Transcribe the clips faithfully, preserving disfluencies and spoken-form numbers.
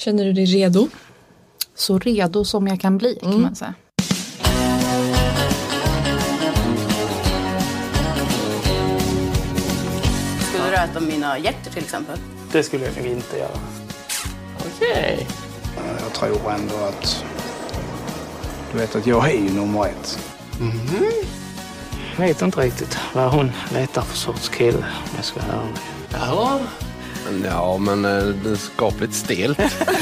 Känner du dig redo? Så redo som jag kan bli, kan mm. man säga. Skulle du äta mina hjärtor till exempel? Det skulle jag nog inte göra. Okej. Okay. Jag tror ändå att... Du vet att jag är ju nummer ett. Mm-hmm. Jag vet inte riktigt vad hon letar för sorts kille, om jag ska höra. Ja, ja men det är skapligt stelt.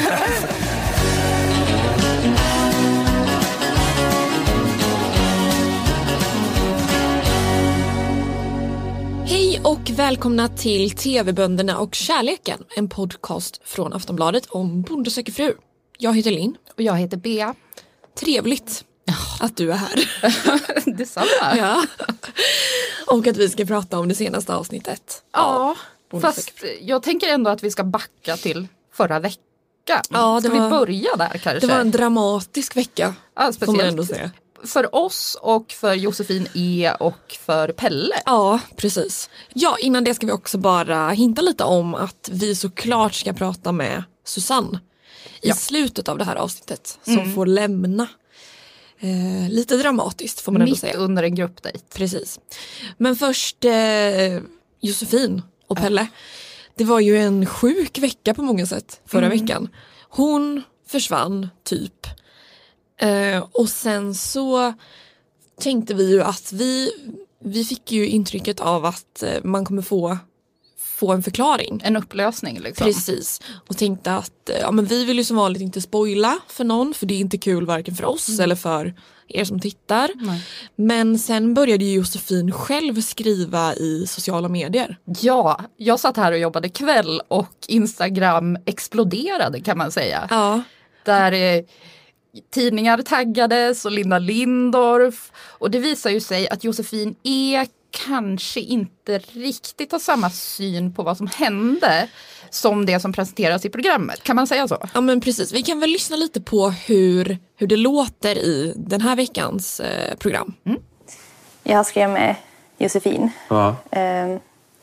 Hej och välkomna till T V-bönderna och kärleken, en podcast från Aftonbladet om Bonde söker fru. Jag heter Linn. Och jag heter Bea. Trevligt att du är här. Detsamma. Ja. Och att vi ska prata om det senaste avsnittet. Ja, fast jag tänker ändå att vi ska backa till förra veckan. Ja, det ska var, vi börja där kanske? Det var en dramatisk vecka, ja, får man ändå säga. För oss och för Josefin E och för Pelle. Ja, precis. Ja, innan det ska vi också bara hinta lite om att vi såklart ska prata med Susanne i ja. slutet av det här avsnittet som mm. får lämna. Eh, lite dramatiskt får man ändå Mitt säga. under en gruppdejt. Precis. Men först eh, Josefin och Pelle. Ja. Det var ju en sjuk vecka på många sätt förra mm. veckan. Hon försvann typ. Eh, och sen så tänkte vi ju att vi, vi fick ju intrycket av att eh, man kommer få få en förklaring. En upplösning liksom. Precis. Och tänkte att ja, men vi vill ju som vanligt inte spoila för någon, för det är inte kul varken för oss mm. eller för er som tittar. Nej. Men sen började ju Josefin själv skriva i sociala medier. Ja, jag satt här och jobbade kväll och Instagram exploderade kan man säga. Ja. Där eh, tidningar taggades och Linda Lindorff. Och det visar ju sig att Josefin E kanske inte riktigt har samma syn på vad som hände som det som presenteras i programmet. Kan man säga så? Ja, men precis. Vi kan väl lyssna lite på hur, hur det låter i den här veckans eh, program. Mm. Jag skrev med Josefin. Ja. Um,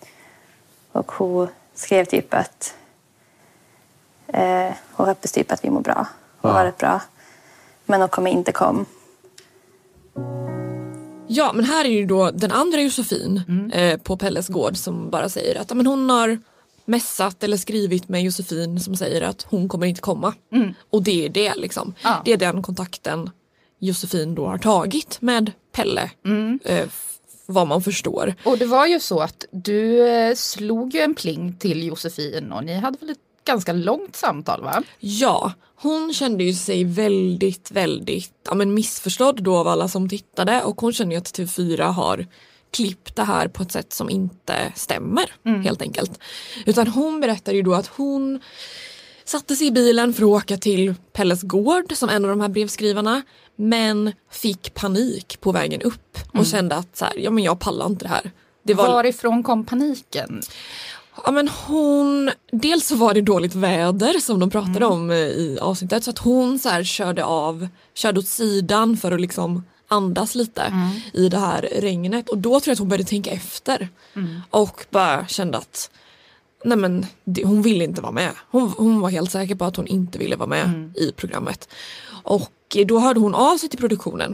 och hon skrev typ att uh, hon hoppas typ att vi mår bra och ja. har det bra. Men hon kommer inte komma. Ja, men här är ju då den andra Josefin mm. eh, på Pelles gård som bara säger att ja, men hon har messat eller skrivit med Josefin som säger att hon kommer inte komma. Mm. Och det är det liksom. Ja. Det är den kontakten Josefin då har tagit med Pelle. Mm. Eh, vad man förstår. Och det var ju så att du eh, slog ju en pling till Josefin och ni hade väl ett ganska långt samtal, va? Ja, hon kände ju sig väldigt, väldigt ja, men missförstådd då av alla som tittade. Och hon kände ju att T V fyra har klippt det här på ett sätt som inte stämmer, mm. helt enkelt. Utan hon berättade ju då att hon satte sig i bilen för att åka till Pelles gård som en av de här brevskrivarna. Men fick panik på vägen upp och mm. kände att så här, ja, men jag pallar inte det här. Det var... Varifrån kom paniken? Ja, men hon, dels så var det dåligt väder som de pratade mm. om i avsnittet, så att hon så här körde av, körde åt sidan för att liksom andas lite mm. i det här regnet. Och då tror jag att hon började tänka efter mm. och bara kände att nej, men det, hon ville inte vara med. Hon, hon var helt säker på att hon inte ville vara med mm. i programmet. Och då hörde hon av sig till produktionen.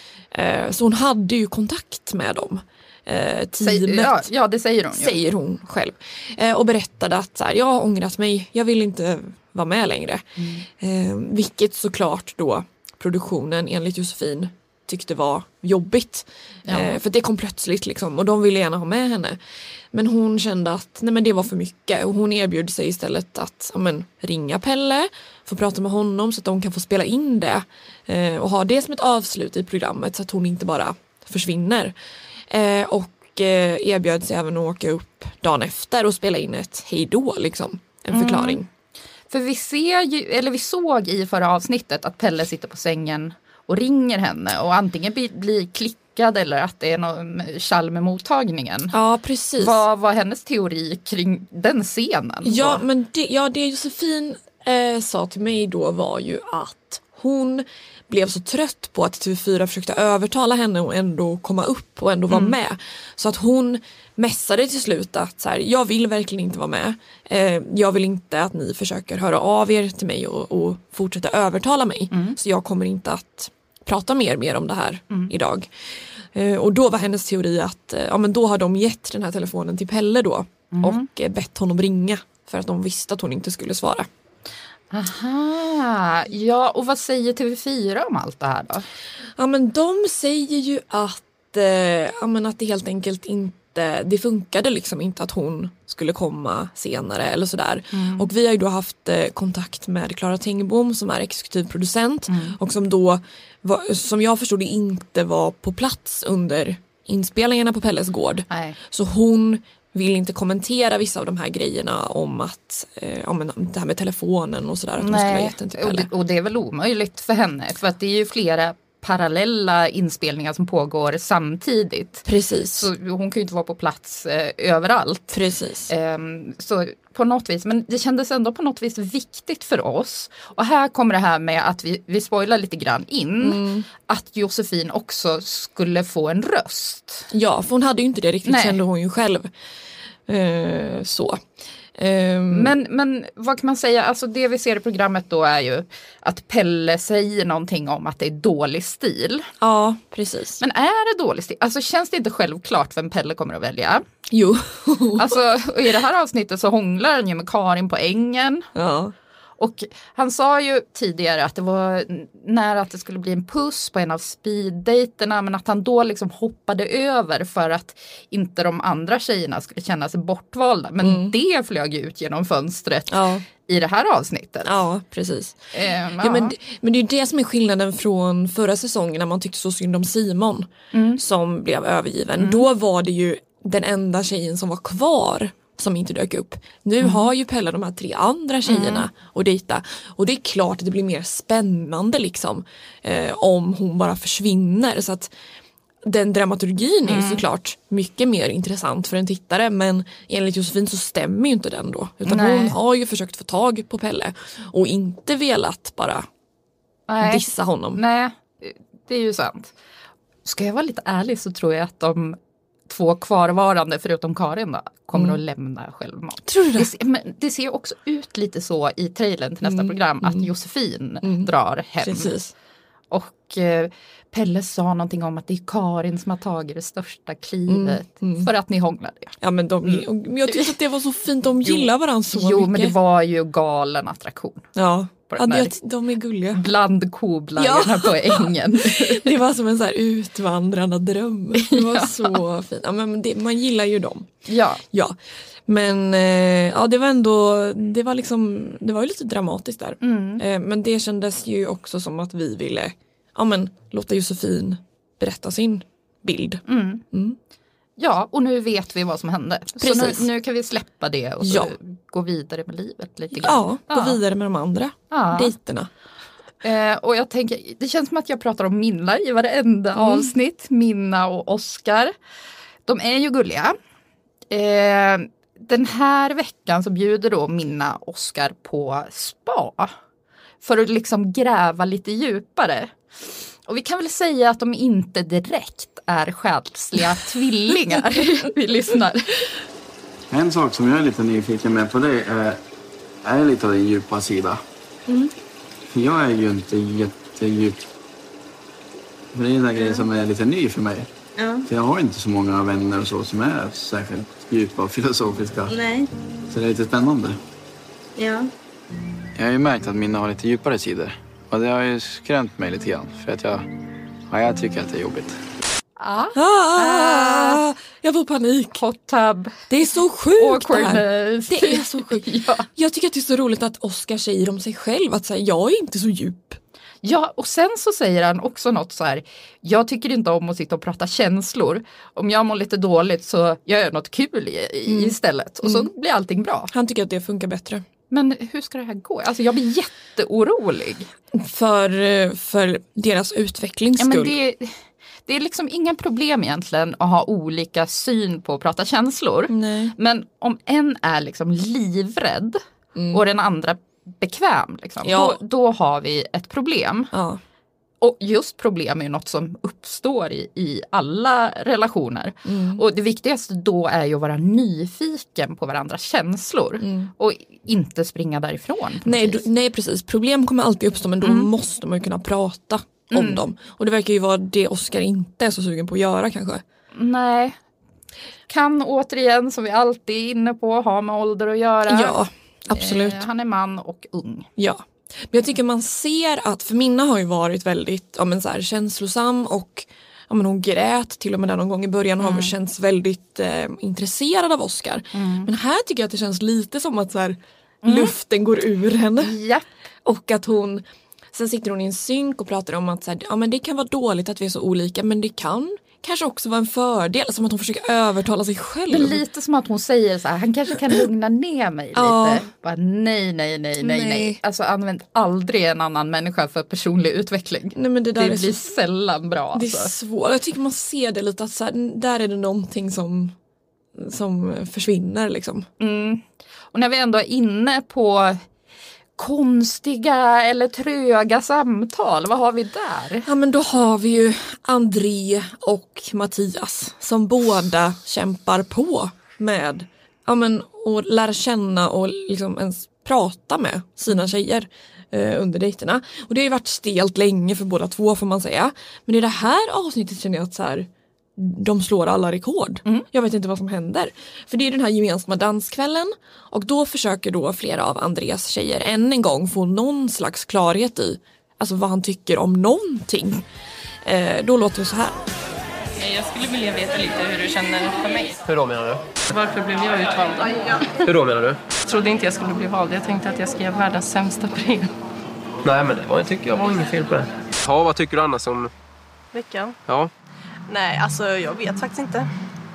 Eh, så hon hade ju kontakt med dem. Eh, teamet. Ja, ja, det säger hon. Säger hon själv. Eh, och berättade att så här, jag har ångrat mig, jag vill inte vara med längre. Mm. Eh, vilket såklart då produktionen enligt Josefin tyckte var jobbigt. Ja. Eh, för det kom plötsligt liksom, och de ville gärna ha med henne. Men hon kände att nej, men det var för mycket. Och hon erbjöd sig istället att ja, men, ringa Pelle, få prata med honom så att de kan få spela in det. Eh, och ha det som ett avslut i programmet så att hon inte bara försvinner. Eh, och eh, erbjöd sig även att åka upp dagen efter och spela in ett hejdå, liksom. En mm. förklaring. För vi ser ju, eller vi såg i förra avsnittet att Pelle sitter på sängen och ringer henne och antingen blir, blir klickad eller att det är någon tjall med mottagningen. Ja, precis. Vad var hennes teori kring den scenen? Ja, men det, ja, det Josefin eh, sa till mig då var ju att hon blev så trött på att T V fyra försökte övertala henne och ändå komma upp och ändå vara mm. med. Så att hon mässade till slut att så här, jag vill verkligen inte vara med. Eh, jag vill inte att ni försöker höra av er till mig och, och fortsätta övertala mig. Mm. Så jag kommer inte att prata mer, mer om det här mm. idag. Eh, och då var hennes teori att eh, ja, men då har de gett den här telefonen till Pelle då. Mm. Och eh, bett honom ringa för att de visste att hon inte skulle svara. Aha, ja, och vad säger T V fyra om allt det här då? Ja, men de säger ju att, eh, ja, men att det helt enkelt inte, det funkade liksom inte att hon skulle komma senare eller sådär. Mm. Och vi har ju då haft eh, kontakt med Clara Tengbom som är exekutiv producent mm. och som då, var, som jag förstod det, inte var på plats under inspelningarna på Pelles gård. Nej. Så hon vill inte kommentera vissa av de här grejerna om att eh, om det här med telefonen och sådär, att hon skulle ha gett den till Pelle. Och det, och det är väl omöjligt för henne, för att det är ju flera parallella inspelningar som pågår samtidigt. Precis. Så hon kan ju inte vara på plats eh, överallt. Precis. Eh, så på något vis, men det kändes ändå på något vis viktigt för oss. Och här kommer det här med att vi, vi spoilar lite grann in mm. att Josefin också skulle få en röst. Ja, för hon hade ju inte det riktigt, Nej. Kände hon ju själv. Eh, så. Um, men, men vad kan man säga, alltså det vi ser i programmet då är ju att Pelle säger någonting om att det är dålig stil. Ja, precis. Men är det dålig stil? Alltså känns det inte självklart vem Pelle kommer att välja? Jo. Alltså i det här avsnittet så hånglar han ju med Karin på ängen. Ja. Och han sa ju tidigare att det var nära att det skulle bli en puss på en av speeddejterna, men att han då liksom hoppade över för att inte de andra tjejerna skulle känna sig bortvalda. Men mm. det flög ut genom fönstret ja. I det här avsnittet. Ja, precis. Um, ja, men, men det är ju det som är skillnaden från förra säsongen när man tyckte så synd om Simon mm. som blev övergiven. Mm. Då var det ju den enda tjejen som var kvar som inte dök upp. Nu mm. har ju Pelle de här tre andra tjejerna mm. att dejta. Och det är klart att det blir mer spännande liksom eh, om hon bara försvinner. Så att den dramaturgin är ju mm. såklart mycket mer intressant för en tittare. Men enligt Josefin så stämmer ju inte den då. Utan Nej. Hon har ju försökt få tag på Pelle och inte velat bara Nej. Dissa honom. Nej, det är ju sant. Ska jag vara lite ärlig så tror jag att de två kvarvarande, förutom Karin då, kommer mm. att lämna självmant. Tror du det? Det, ser, men det ser också ut lite så i trailern till nästa mm. program att Josefin mm. drar hem. Precis. Och eh, Pelle sa någonting om att det är Karin som har tagit det största klivet mm. Mm. för att ni hånglade. Ja, men de, mm. jag tyckte att det var så fint, de gillar varandra så jo, mycket. Jo, men det var ju galen attraktion. Ja. Ja, det, de är gulliga. Bland koblaggarna ja. På ängen. Det var som en så här utvandrande dröm. Det var ja. Så fint. Ja, men det, man gillar ju dem. Ja. Ja. Men eh, ja, det var ändå, det var liksom, det var ju lite dramatiskt där. Mm. Eh, men det kändes ju också som att vi ville, ja men, låta Josefin berätta sin bild. Mm. Mm. Ja, och nu vet vi vad som hände. Precis. Så nu, nu kan vi släppa det och så ja. Gå vidare med livet lite grann. Ja, gå ja. Vidare med de andra ja. Dejterna. Eh, och jag tänker, det känns som att jag pratar om Minna i varenda mm. avsnitt. Minna och Oscar. De är ju gulliga. Eh, den här veckan så bjuder då Minna Oscar på spa. För att liksom gräva lite djupare. Och vi kan väl säga att de inte direkt är själsliga tvillingar. Vi lyssnar. En sak som jag är lite nyfiken med på det är, är lite av din djupa sida. Mm. För jag är ju inte jättedjup. För det är en mm. grej som är lite ny för mig. Ja. För jag har inte så många vänner och så som är särskilt djupa och filosofiska. Nej. Så det är lite spännande. Ja. Jag har ju märkt att mina har lite djupare sidor. Och det har ju skrämt mig lite grann. För att jag, ja, jag tycker att det är jobbigt. Ah. Ah, jag får panik. Hot tub. Det är så sjukt det här. Det är så sjukt. Ja. Jag tycker att det är så roligt att Oscar säger om sig själv att säga, jag är inte så djup. Ja, och sen så säger han också något så här. Jag tycker inte om att sitta och prata känslor. Om jag mår lite dåligt så gör jag något kul i, mm. istället. Och så mm. blir allting bra. Han tycker att det funkar bättre. Men hur ska det här gå? Alltså jag blir jätteorolig. För, för deras utvecklings skull. Ja, men det, det är liksom inga problem egentligen att ha olika syn på att prata känslor. Nej. Men om en är liksom livrädd mm. och den andra bekväm. Liksom. Ja. Då, då har vi ett problem. Ja. Och just problem är ju något som uppstår i, i alla relationer. Mm. Och det viktigaste då är ju att vara nyfiken på varandras känslor. Mm. Och inte springa därifrån. Nej, du, nej, precis. Problem kommer alltid uppstå, men då mm. måste man ju kunna prata om mm. dem. Och det verkar ju vara det Oscar inte är så sugen på att göra kanske. Nej. Kan återigen, som vi alltid är inne på, ha med ålder att göra. Ja, absolut. Eh, han är man och ung. Ja. Men jag tycker man ser att, för Minna har ju varit väldigt ja, men så här, känslosam och ja, men hon grät till och med där någon gång i början och mm. har känts väldigt eh, intresserad av Oscar. Mm. Men här tycker jag att det känns lite som att så här, mm. luften går ur henne. Yep. Och att hon, sen sitter hon i en synk och pratar om att så här, ja, men det kan vara dåligt att vi är så olika, men det kan kanske också vara en fördel, som att hon försöker övertala sig själv. Det är lite som att hon säger så här, han kanske kan lugna ner mig lite. Ja. Bara, nej, nej, nej, nej, nej. Alltså använd aldrig en annan människa för personlig utveckling. Nej, men det där det är blir så, sällan bra. Det alltså. är svårt. Jag tycker man ser det lite att så här, där är det någonting som, som försvinner liksom. Mm. Och när vi ändå är inne på konstiga eller tröga samtal, vad har vi där? Ja, men då har vi ju André och Mattias som båda kämpar på med ja, men, att lära känna och liksom ens prata med sina tjejer eh, under dejterna. Och det har ju varit stelt länge för båda två, får man säga. Men i det här avsnittet känner jag att så här, de slår alla rekord. Mm. Jag vet inte vad som händer. För det är den här gemensamma danskvällen. Och då försöker då flera av Andreas tjejer än en gång få någon slags klarhet i alltså vad han tycker om någonting. Eh, då låter det så här. Jag skulle vilja veta lite hur du känner för mig. Hur då menar du? Varför blev jag utvald? Hur då menar du? Jag trodde inte jag skulle bli vald. Jag tänkte att jag ska göra världens sämsta brev. Nej, men det var, jag tycker jag var inget fel på det. Ja, vad tycker du annars om veckan? Ja. Nej, alltså jag vet faktiskt inte.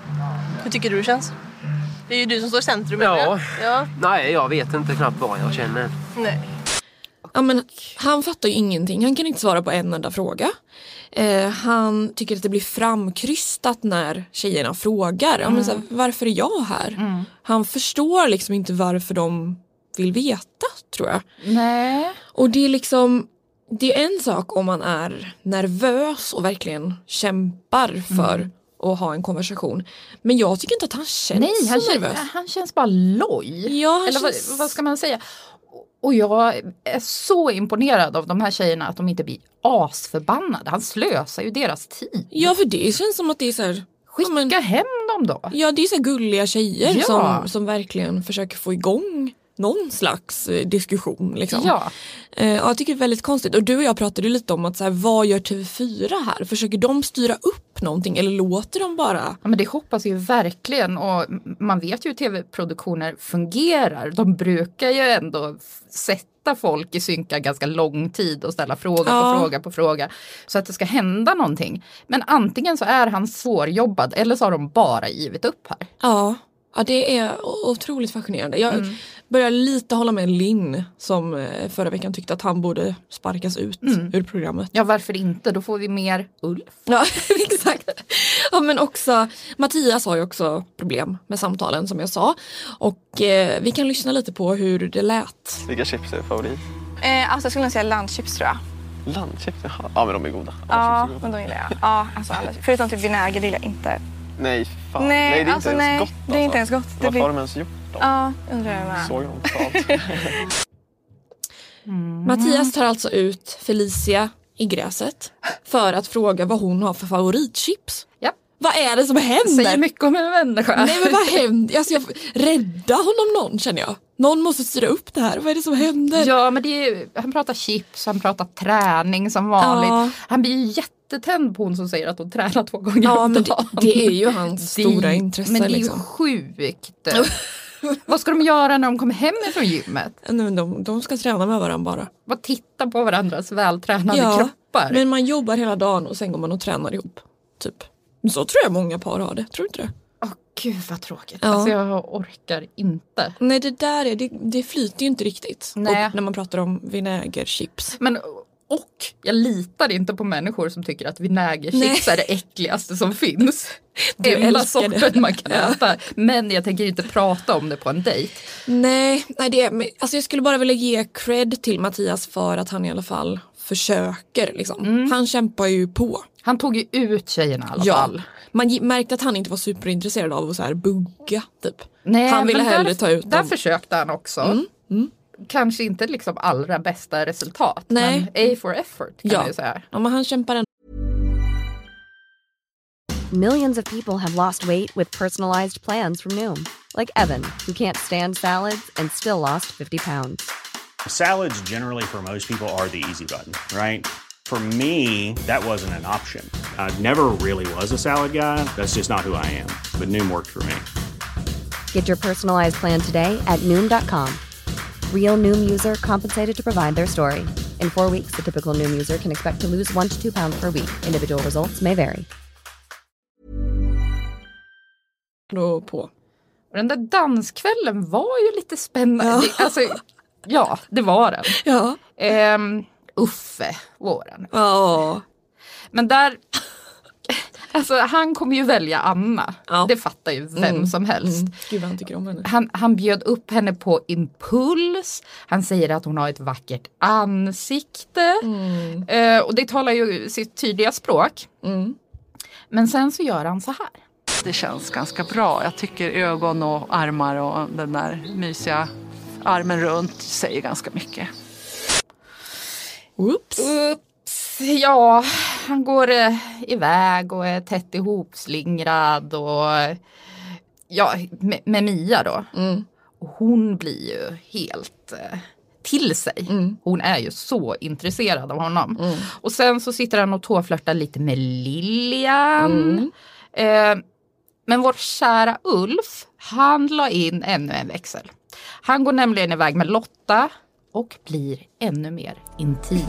Hur tycker du det känns? Det är ju du som står i centrum. Ja. ja. Nej, jag vet inte knappt vad jag känner. Nej. Ja, men han fattar ju ingenting. Han kan inte svara på en enda fråga. Eh, han tycker att det blir framkrystat när tjejerna frågar. Mm. Ja, men så här, varför är jag här? Mm. Han förstår liksom inte varför de vill veta, tror jag. Nej. Och det är liksom... Det är en sak om man är nervös och verkligen kämpar för mm. att ha en konversation. Men jag tycker inte att han känns Nej, han så nervös. Känns, han känns bara loj. Ja, han Eller känns... vad, vad ska man säga? Och jag är så imponerad av de här tjejerna att de inte blir asförbannade. Han slösar ju deras tid. Ja, för det känns som att det är så här... Skicka ja, men, hem dem då. Ja, det är så här gulliga tjejer ja. som, som verkligen försöker få igång någon slags diskussion liksom. Ja. Eh, ja, jag tycker det är väldigt konstigt. Och du och jag pratade lite om att så här, vad gör T V fyra här? Försöker de styra upp någonting eller låter de bara? Ja, men det hoppas jag ju verkligen. Och man vet ju hur tv-produktioner fungerar. De brukar ju ändå sätta folk i synka ganska lång tid och ställa fråga ja. på fråga på fråga. Så att det ska hända någonting. Men antingen så är han svårjobbad eller så har de bara givit upp här. Ja. Ja, det är otroligt fascinerande. Jag mm. börjar lite hålla med Linn som förra veckan tyckte att han borde sparkas ut mm. ur programmet. Ja, varför inte? Då får vi mer Ulf. Ja, exakt. Ja, men också Mattias har ju också problem med samtalen som jag sa. Och eh, vi kan lyssna lite på hur det lät. Vilka chips är favorit? Eh, alltså jag skulle säga landchips, tror jag. Landchips? Jaha. Ja, men de är goda. Alla ja, men de gillar jag. Ja, alltså alla. Förutom typ vinäger, det gillar jag inte. Nej, fan. Nej, nej det är alltså, inte nej, ens gott. Alltså. Det är inte ens gott. Varför blir... har de ens gjort dem? Ja, undrar jag med. Såg de totalt. mm. Mattias tar alltså ut Felicia i gräset för att fråga vad hon har för favoritchips. Ja. Vad är det som händer? Säger mycket om en människa. Nej, men vad händer? Alltså, jag rädda honom någon, känner jag. Någon måste styra upp det här. Vad är det som händer? Ja, men det är, han pratar chips, han pratar träning som vanligt. Ja. Han blir ju jättetänd på hon som säger att hon tränar två gånger ja, om men dagen. Det, det är ju hans det, stora intresse. Men det är ju liksom. sjukt. Vad ska de göra när de kommer hem ifrån gymmet? Nej, de, de ska träna med varandra bara. Bara titta på varandras vältränade ja, kroppar. Men man jobbar hela dagen och sen går man och tränar ihop. Typ. Så tror jag många par har det. Tror du inte det? Åh, gud vad tråkigt. Ja. Alltså jag orkar inte. Nej, det där är, det, det flyter ju inte riktigt. Nej. Och när man pratar om vinägerchips. Men Och jag litar inte på människor som tycker att vinägerchips är det äckligaste som finns. Du Enda älskar det. sorten man kan äta. Men jag tänker inte prata om det på en dejt. Nej, nej det, men, alltså jag skulle bara vilja ge cred till Mattias för att han i alla fall försöker. Liksom. Mm. Han kämpar ju på. Han tog ju ut tjejerna i alla ja. fall. Man g- märkte att han inte var superintresserad av att så här bugga typ. Nej, han ville men hellre där, ta ut Där dem. försökte han också. Mm. Mm. Kanske inte liksom allra bästa resultat. Nej. Men A for effort kan ja. man ju säga. Ja, men han kämpar ändå. Millions of people have lost weight with personalized plans from Noom. Like Evan, who can't stand salads and still lost fifty pounds. Salads generally for most people are the easy button, right? For me, that wasn't an option. I never really was a salad guy. That's just not who I am. But Noom worked for me. Get your personalized plan today at Noom dot com. Real Noom user compensated to provide their story. In four weeks, the typical Noom user can expect to lose one to two pounds per week. Individual results may vary. Då på. Och den där danskvällen var ju lite spännande. Ja, alltså, ja det var den. Ja. Um, Uffe var den. Ja. Men där... Alltså han kommer ju välja Anna. Ja. Det fattar ju vem mm. som helst. Mm. Gud vad han tycker om henne. Han, han bjöd upp henne på impuls. Han säger att hon har ett vackert ansikte. Mm. Uh, och det talar ju sitt tydliga språk. Mm. Men sen så gör han så här. Det känns ganska bra. Jag tycker ögon och armar och den där mysiga armen runt säger ganska mycket. Oops. Oops. Ja, han går eh, iväg och är tätt ihopslingrad och ja, med, med Mia då. Mm. Och hon blir ju helt eh, till sig. Mm. Hon är ju så intresserad av honom. Mm. Och sen så sitter han och tåflörtar lite med Lilian. Mm. Eh, men vår kära Ulf, han la in ännu en växel. Han går nämligen iväg med Lotta och blir ännu mer intim.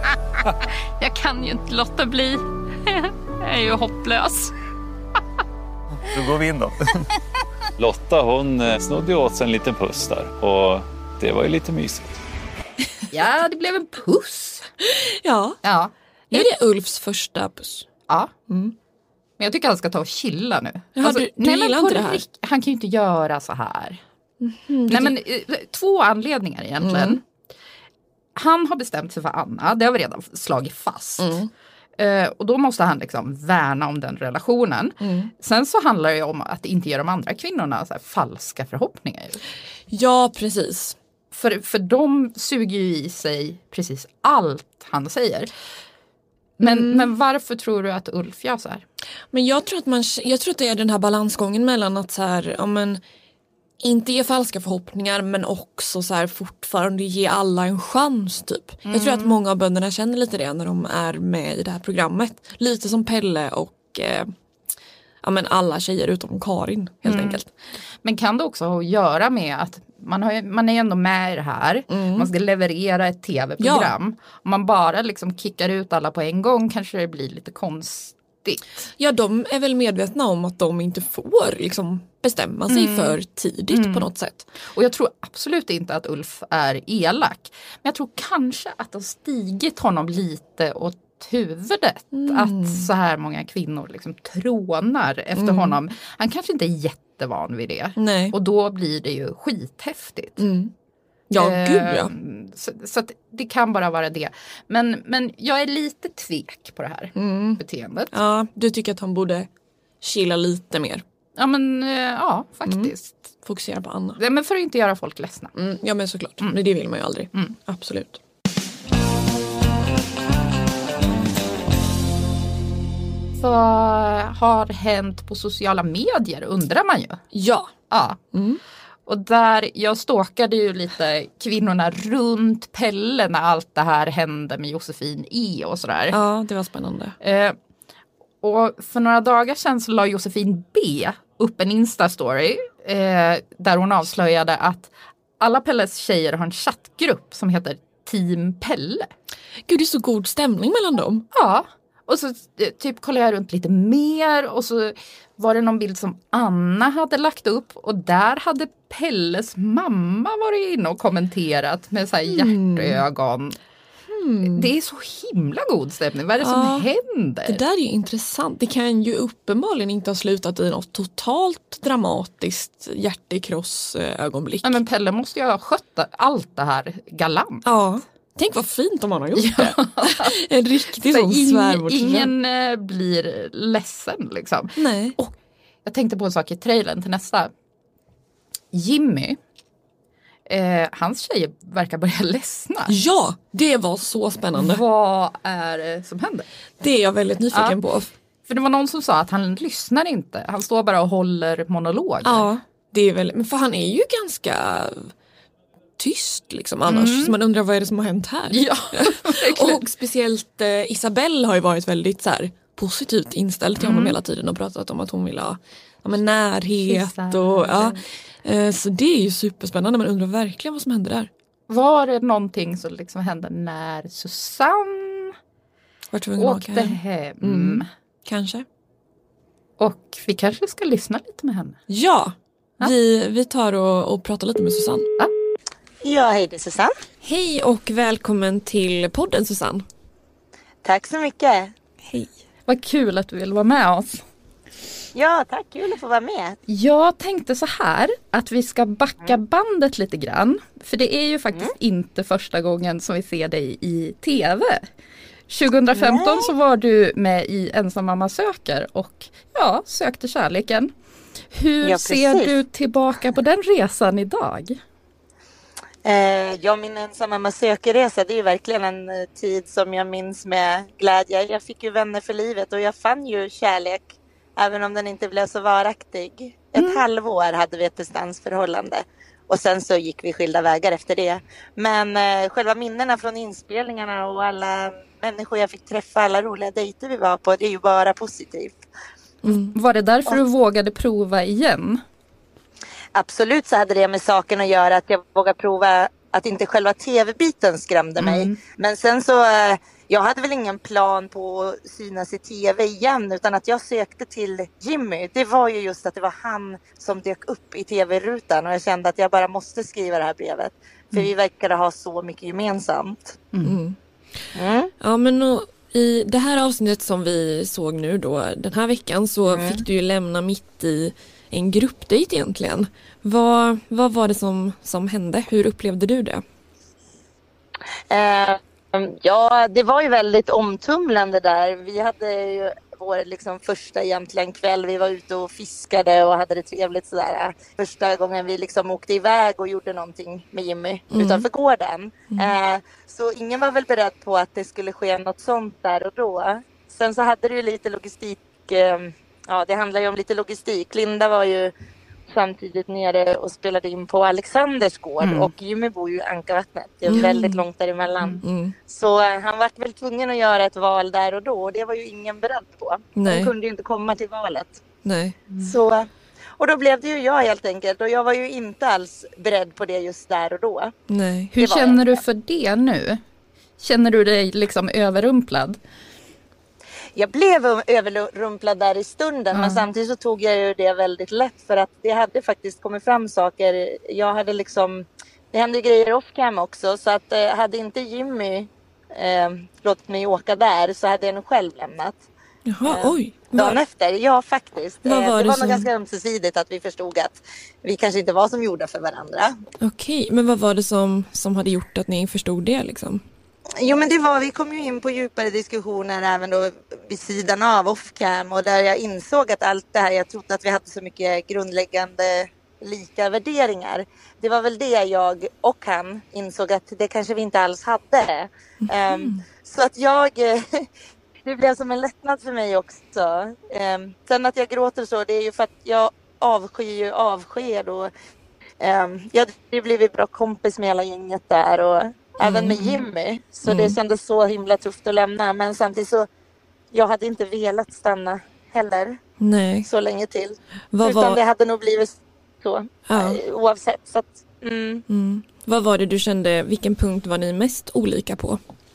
Jag kan ju inte låta bli. Jag är ju hopplös. Då går vi in då. Lotta, hon snodde åt sig en liten puss där. Och det var ju lite mysigt. Ja, det blev en puss. Ja. Ja. Är det Ulfs första puss? Ja. Mm. Men jag tycker han ska ta och chilla nu. Jaha, alltså, du, du nej, gillar inte det här? Rick, han kan ju inte göra så här. Mm, nej, men två anledningar egentligen. Mm. Han har bestämt sig för Anna. Det har vi redan slagit fast. Mm. Uh, och då måste han liksom värna om den relationen. Mm. Sen så handlar det ju om att inte ge de andra kvinnorna så här falska förhoppningar. Ja, precis. För, för de suger ju i sig precis allt han säger. Men, mm. men varför tror du att Ulf gör så här? Men jag tror att, man, jag tror att det är den här balansgången mellan att så här, ja, men, inte ge falska förhoppningar men också så här, fortfarande ge alla en chans typ. Mm. Jag tror att många av bönderna känner lite det när de är med i det här programmet. Lite som Pelle och eh, ja, men alla tjejer utom Karin helt mm. enkelt. Men kan det också ha att göra med att man, har, man är ändå med i det här. Mm. Man ska leverera ett tv-program. Ja. Om man bara liksom kickar ut alla på en gång kanske det blir lite konstigt. Ja, de är väl medvetna om att de inte får liksom bestämma sig mm. för tidigt mm. på något sätt. Och jag tror absolut inte att Ulf är elak. Men jag tror kanske att det har stigit honom lite åt huvudet. Mm. Att så här många kvinnor liksom trånar efter mm. honom. Han kanske inte är jättevan vid det. Nej. Och då blir det ju skithäftigt. Mm. Ja, eh, gud ja. Så, så att det kan bara vara det. Men, men jag är lite tvek på det här mm. beteendet. Ja, du tycker att han borde chilla lite mer. Ja, men ja, faktiskt. Mm. Fokusera på Anna. Ja, men för att inte göra folk ledsna. Mm. Ja, men såklart. Mm. Det vill man ju aldrig. Mm. Absolut. Vad har hänt på sociala medier undrar man ju. Ja. Ja. Mm. Och där, jag stalkade ju lite kvinnorna runt Pelle när allt det här hände med Josefin E och sådär. Ja, det var spännande. Eh, och för några dagar sedan så la Josefin B upp en Insta-story eh, där hon avslöjade att alla Pelles tjejer har en chattgrupp som heter Team Pelle. Gud, det är så god stämning mellan dem. Ja. Och så typ kollade jag runt lite mer och så var det någon bild som Anna hade lagt upp och där hade Pelles mamma varit inne och kommenterat med så här hjärtögon. Mm. Det är så himla god stämning. Vad är det ja, som händer? Det där är ju intressant. Det kan ju uppenbarligen inte ha slutat i något totalt dramatiskt hjärtekross ögonblick. Ja, men Pelle måste ju ha skött allt det här galant. Ja. Tänk vad fint om man har gjort det. En riktig sån svärmor. Ingen äh, blir ledsen liksom. Nej. Och jag tänkte på en sak i trailern till nästa. Jimmy. Eh, hans tjejer verkar börja ledsna. Ja, det var så spännande. Vad är det som händer? Det är jag väldigt nyfiken ja. på. För det var någon som sa att han lyssnar inte. Han står bara och håller monologer. Ja, det är väl, men för han är ju ganska tyst liksom annars. Mm. Så man undrar vad är det som har hänt här. Ja, och speciellt eh, Isabelle har ju varit väldigt så här, positivt inställd till honom mm. hela tiden och pratat om att hon vill ha ja, men närhet. Och, ja. eh, så det är ju superspännande. Man undrar verkligen vad som hände där. Var det någonting som liksom hände när Susanne var tvungen att åkte hem? hem? Mm. Kanske. Och vi kanske ska lyssna lite med henne. Ja, ja. Vi, vi tar och, och pratar lite med Susanne. Ja. Ja, hej det är Susanne. Hej och välkommen till podden Susanne. Tack så mycket. Hej. Vad kul att du vill vara med oss. Ja, tack. Kul att få vara med. Jag tänkte så här att vi ska backa bandet lite grann. För det är ju faktiskt mm. inte första gången som vi ser dig i tv. tjugohundrafemton Nej. Så var du med i Ensam mamma söker och ja, sökte kärleken. Hur ja, ser du tillbaka på den resan idag? Eh, ja, min Ensam mamma söker-resa, det är ju verkligen en eh, tid som jag minns med glädje. Jag fick ju vänner för livet och jag fann ju kärlek, även om den inte blev så varaktig. Mm. Ett halvår hade vi ett distansförhållande och sen så gick vi skilda vägar efter det. Men eh, själva minnena från inspelningarna och alla människor jag fick träffa, alla roliga dejter vi var på, det är ju bara positivt. Mm. Var det därför och, du vågade prova igen? Absolut så hade det med saken att göra att jag vågade prova att inte själva tv-biten skrämde mig. Mm. Men sen så, jag hade väl ingen plan på att synas i tv igen utan att jag sökte till Jimmy. Det var ju just att det var han som dök upp i tv-rutan och jag kände att jag bara måste skriva det här brevet. För mm. vi verkade ha så mycket gemensamt. Mm. Mm. Ja men och, i det här avsnittet som vi såg nu då den här veckan så mm. fick du ju lämna mitt i en gruppdejt egentligen. Vad, vad var det som, som hände? Hur upplevde du det? Eh, ja, det var ju väldigt omtumlande där. Vi hade ju vår liksom första egentligen kväll. Vi var ute och fiskade och hade det trevligt sådär. Första gången vi liksom åkte iväg och gjorde någonting med Jimmy mm. utanför gården. Mm. Eh, så ingen var väl beredd på att det skulle ske något sånt där och då. Sen så hade det ju lite logistik... Eh, Ja, det handlar ju om lite logistik. Linda var ju samtidigt nere och spelade in på Alexanders gård mm. och Jimmy bor ju i Ankarvattnet. Det är mm. väldigt långt däremellan. Mm. Så uh, han var väl tvungen att göra ett val där och då och det var ju ingen beredd på. Nej. Han kunde ju inte komma till valet. Nej. Mm. Så, och då blev det ju jag helt enkelt och jag var ju inte alls beredd på det just där och då. Nej. Hur känner du för det nu? Känner du dig liksom överrumplad? Jag blev överrumplad där i stunden mm. men samtidigt så tog jag ju det väldigt lätt för att det hade faktiskt kommit fram saker. Jag hade liksom, det hände grejer off cam också så att eh, hade inte Jimmy eh, låtit mig åka där så hade jag nog själv lämnat. Jaha, eh, oj. Dagen var... efter, ja faktiskt. Var eh, det, det var som... nog ganska ömsesidigt att vi förstod att vi kanske inte var som gjorda för varandra. Okej, men vad var det som, som hade gjort att ni förstod det liksom? Jo men det var, vi kom ju in på djupare diskussioner även då vid sidan av off-cam och där jag insåg att allt det här, jag trodde att vi hade så mycket grundläggande lika värderingar. Det var väl det jag och han insåg att det kanske vi inte alls hade. Mm. Um, så att jag, det blev som en lättnad för mig också. Um, sen att jag gråter så, det är ju för att jag avskyr ju avsked och um, jag hade blivit bra kompis med hela gänget där och även med Jimmy. Så mm. det kändes så himla tufft att lämna. Men samtidigt så, jag hade inte velat stanna heller. Nej. Så länge till. Vad Utan var... det hade nog blivit så. Ja. Oavsett. Så att, mm. Mm. Vad var det du kände, vilken punkt var ni mest olika på?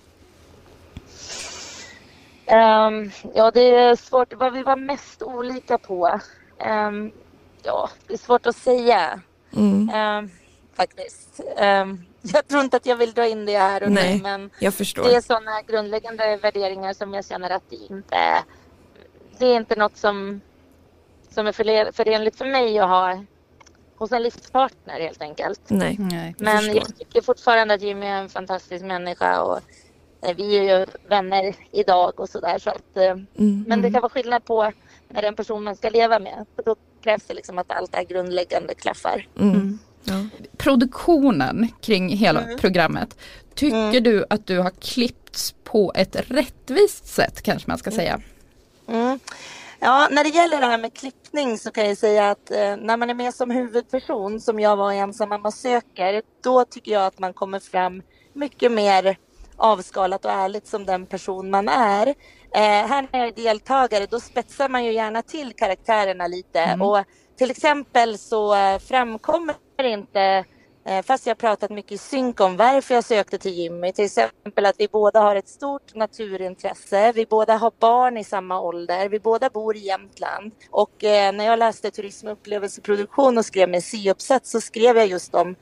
Um, ja, det är svårt. Vad vi var mest olika på. Um, ja, det är svårt att säga. Mm. Um, faktiskt. Um, jag tror inte att jag vill dra in det här och Nej, nu, men jag förstår. det är sådana grundläggande värderingar som jag känner att det inte är, det är inte något som, som är förenligt för mig att ha hos en livspartner helt enkelt. Nej, Nej men förstår. jag tycker fortfarande att Jimmy är en fantastisk människa och eh, vi är ju vänner idag och sådär. Så att, eh, Mm. men det kan vara skillnad på när den person man ska leva med. För då krävs det liksom att allt är grundläggande klaffar. Mm. Ja. Produktionen kring hela Mm. programmet. Tycker Mm. du att du har klippts på ett rättvist sätt, kanske man ska säga? Mm. Ja, när det gäller det här med klippning så kan jag säga att eh, när man är med som huvudperson, som jag var i Ensam mamma söker, då tycker jag att man kommer fram mycket mer avskalat och ärligt som den person man är. Eh, här när jag är deltagare, då spetsar man ju gärna till karaktärerna lite. Mm. Och till exempel så eh, framkommer det inte, eh, fast jag har pratat mycket i synk om varför jag sökte till Jimmy. Till exempel att vi båda har ett stort naturintresse. Vi båda har barn i samma ålder. Vi båda bor i Jämtland. Och eh, när jag läste turism- och upplevelseproduktion och skrev min C-uppsats så skrev jag just om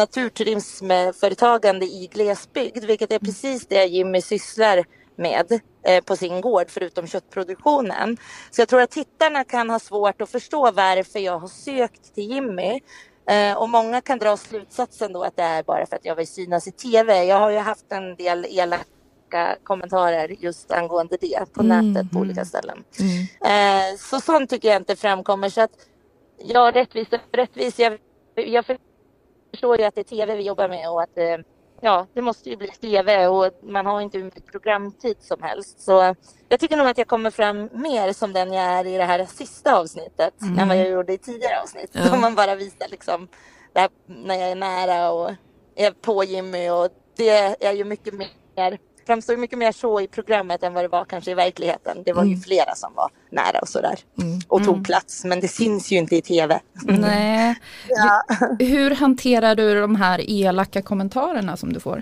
naturturismföretagande i glesbygd. Vilket är precis det Jimmy sysslar med eh, på sin gård förutom köttproduktionen. Så jag tror att tittarna kan ha svårt att förstå varför jag har sökt till Jimmy. Eh, och många kan dra slutsatsen då att det är bara för att jag vill synas i tv. Jag har ju haft en del elaka kommentarer just angående det på Mm, nätet på olika ställen. Mm. Eh, så sånt tycker jag inte framkommer. Så att ja, rättvis och rättvis. Jag, jag förstår ju att det är tv vi jobbar med och att eh, ja, det måste ju bli tv och man har inte hur mycket programtid som helst. Så jag tycker nog att jag kommer fram mer som den jag är i det här sista avsnittet Mm. än vad jag gjorde i tidigare avsnitt. Ja. Om man bara visar liksom det här när jag är nära och är på Jimmy, och det är ju mycket mer, framstår ju mycket mer så i programmet än vad det var kanske i verkligheten. Det var ju Mm. flera som var nära och sådär Mm. och tog Mm. plats, men det syns ju inte i tv. Nej. Ja. Hur hanterar du de här elaka kommentarerna som du får?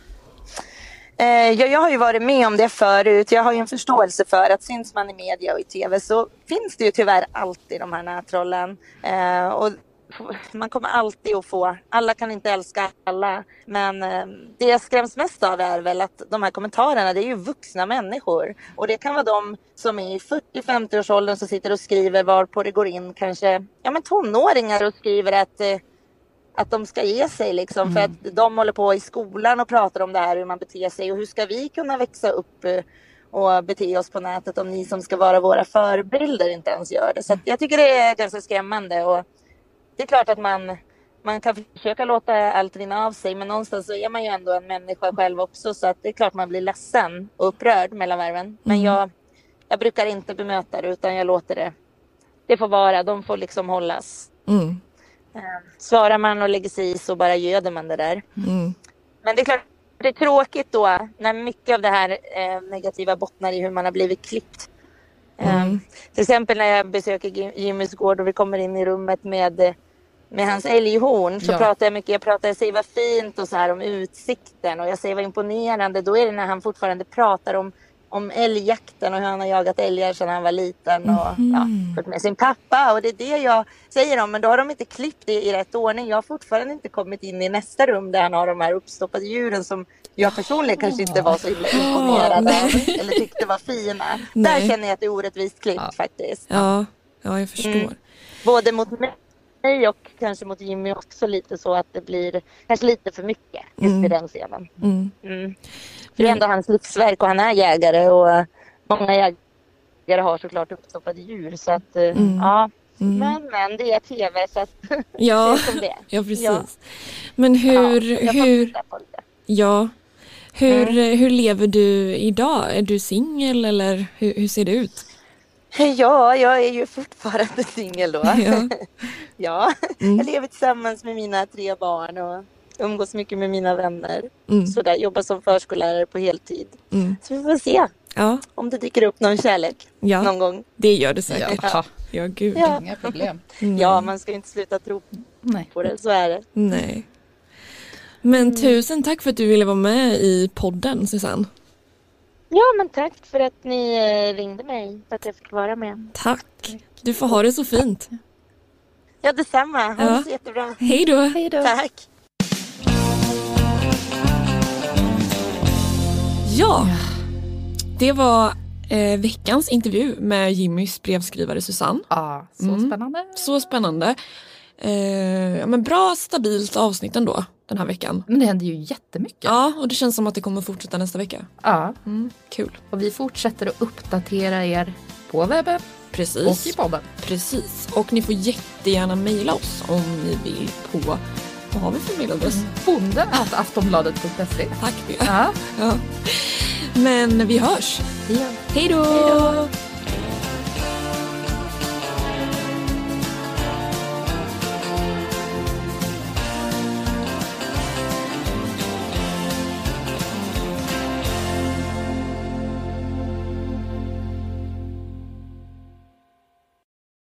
Eh, jag, jag har ju varit med om det förut. Jag har ju en förståelse för att syns man i media och i tv så finns det ju tyvärr alltid de här nätrollen. Eh, och man kommer alltid att få, alla kan inte älska alla, men eh, det jag skräms mest av är väl att de här kommentarerna, det är ju vuxna människor. Och det kan vara de som är i fyrtio till femtio års åldern som sitter och skriver, varpå det går in kanske ja, men tonåringar och skriver att eh, att de ska ge sig liksom, för att de håller på i skolan och pratar om det här, hur man beter sig och hur ska vi kunna växa upp eh, och bete oss på nätet om ni som ska vara våra förebilder inte ens gör det. Så att jag tycker det är ganska skrämmande, och det är klart att man, man kan försöka låta allt rinna av sig, men någonstans så är man ju ändå en människa själv också, så att det är klart man blir ledsen och upprörd mellan varven. Men Mm. jag, jag brukar inte bemöta det, utan jag låter det, det får vara, de får liksom hållas. Mm. Svarar man och lägger sig i så bara göder man det där. Mm. Men det är klart, det är tråkigt då när mycket av det här eh, negativa bottnar i hur man har blivit klippt. Mm. Um, till exempel när jag besöker Jimmys gård och vi kommer in i rummet med, med hans älghorn, så Ja. pratar jag mycket, jag pratar, jag säger vad fint och så här om utsikten, och jag säger vad imponerande. Då är det när han fortfarande pratar om om älgjakten och hur han har jagat älgar sedan han var liten och ja, fått med sin pappa, och det är det jag säger om, men då har de inte klippt det i rätt ordning. Jag har fortfarande inte kommit in i nästa rum där han har de här uppstoppade djuren som jag personligen kanske inte var så himla imponerad av eller tyckte var fina. Nej. Där känner jag att det är orättvist klippt faktiskt. Ja, ja, jag förstår. Mm. Både mot mig och kanske mot Jimmy också, lite så att det blir kanske lite för mycket just Mm. i den scenen. Mm. Mm. Det är ändå hans livsverk och han är jägare, och många jägare har såklart uppstoppade djur, så att Mm. ja, Mm. men, men det är tv, så att Ja, det är som det är. ja precis. Ja. Men hur, Ja, jag får hur, titta på det. ja, hur, Mm. hur lever du idag? Är du singel eller hur, hur ser det ut? Ja, jag är ju fortfarande singel då. Ja. Ja, Mm. jag lever tillsammans med mina tre barn och umgås mycket med mina vänner. Mm. Så där, jobbar som förskollärare på heltid. Mm. Så vi får se Ja, om det dyker upp någon kärlek ja, någon gång. det gör det säkert. Ja. Ja, gud. Ja. Inga problem. Mm. Ja, man ska ju inte sluta tro Nej. på det, så är det. Nej. Men tusen tack för att du ville vara med i podden, Susanne. Ja, men tack för att ni eh, ringde mig, för att jag fick vara med. Tack. Du får ha det så fint. Ja, detsamma. Ha Ja. det så jättebra. Hej då. Hej då. Tack. Ja, det var eh, veckans intervju med Jimmys brevskrivare Susanne. Ja, så Mm. spännande. Så spännande. Eh, ja, men bra stabilt avsnitt ändå den här veckan. Men det händer ju jättemycket. Ja, och det känns som att det kommer fortsätta nästa vecka. Ja. Mm, kul. Och vi fortsätter att uppdatera er på webben. Precis. Och i podden. Precis. Och ni får jättegärna mejla oss om ni vill på, vad har vi för mejladress? Mm. Bonde at aftonbladet punkt se. Tack. Ja. Ja. Men vi hörs. Ja. Hej då!